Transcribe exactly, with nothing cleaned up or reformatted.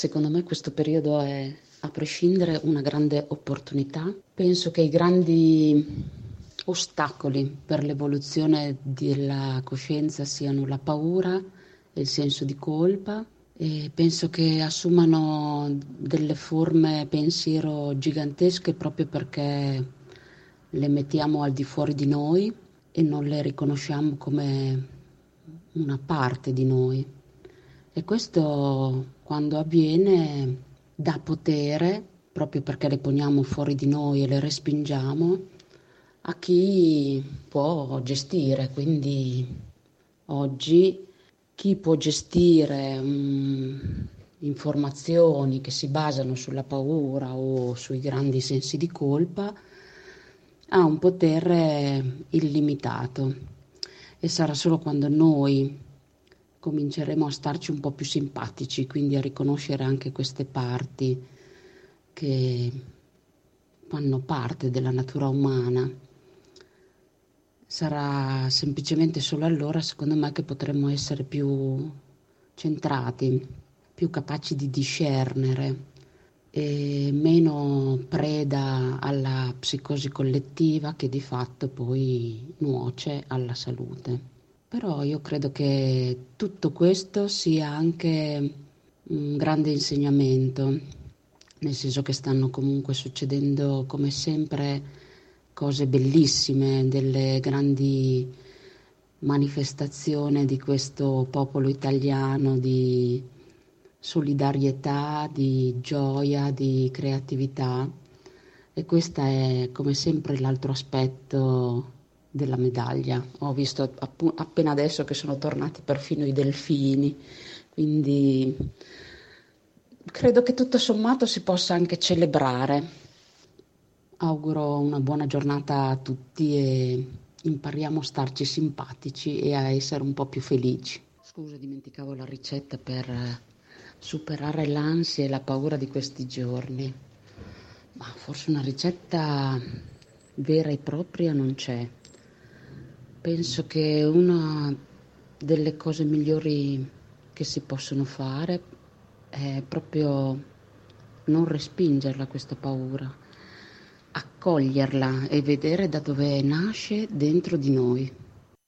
Secondo me questo periodo è, a prescindere, una grande opportunità. Penso che i grandi ostacoli per l'evoluzione della coscienza siano la paura e il senso di colpa, e penso che assumano delle forme pensiero gigantesche proprio perché le mettiamo al di fuori di noi e non le riconosciamo come una parte di noi. E questo, quando avviene, dà potere, proprio perché le poniamo fuori di noi e le respingiamo, a chi può gestire. Quindi oggi chi può gestire mm, informazioni che si basano sulla paura o sui grandi sensi di colpa ha un potere illimitato, e sarà solo quando noi cominceremo a starci un po' più simpatici, quindi a riconoscere anche queste parti che fanno parte della natura umana. Sarà semplicemente solo allora, secondo me, che potremo essere più centrati, più capaci di discernere e meno preda alla psicosi collettiva che di fatto poi nuoce alla salute. Però io credo che tutto questo sia anche un grande insegnamento, nel senso che stanno comunque succedendo come sempre cose bellissime, delle grandi manifestazioni di questo popolo italiano di solidarietà, di gioia, di creatività, e questo è come sempre l'altro aspetto della medaglia. Ho visto appu- appena adesso che sono tornati perfino i delfini, quindi credo che tutto sommato si possa anche celebrare. Auguro una buona giornata a tutti e impariamo a starci simpatici e a essere un po' più felici. Scusa, dimenticavo la ricetta per eh, superare l'ansia e la paura di questi giorni. Ma forse una ricetta vera e propria non c'è. Penso che una delle cose migliori che si possono fare è proprio non respingerla questa paura, accoglierla e vedere da dove nasce dentro di noi.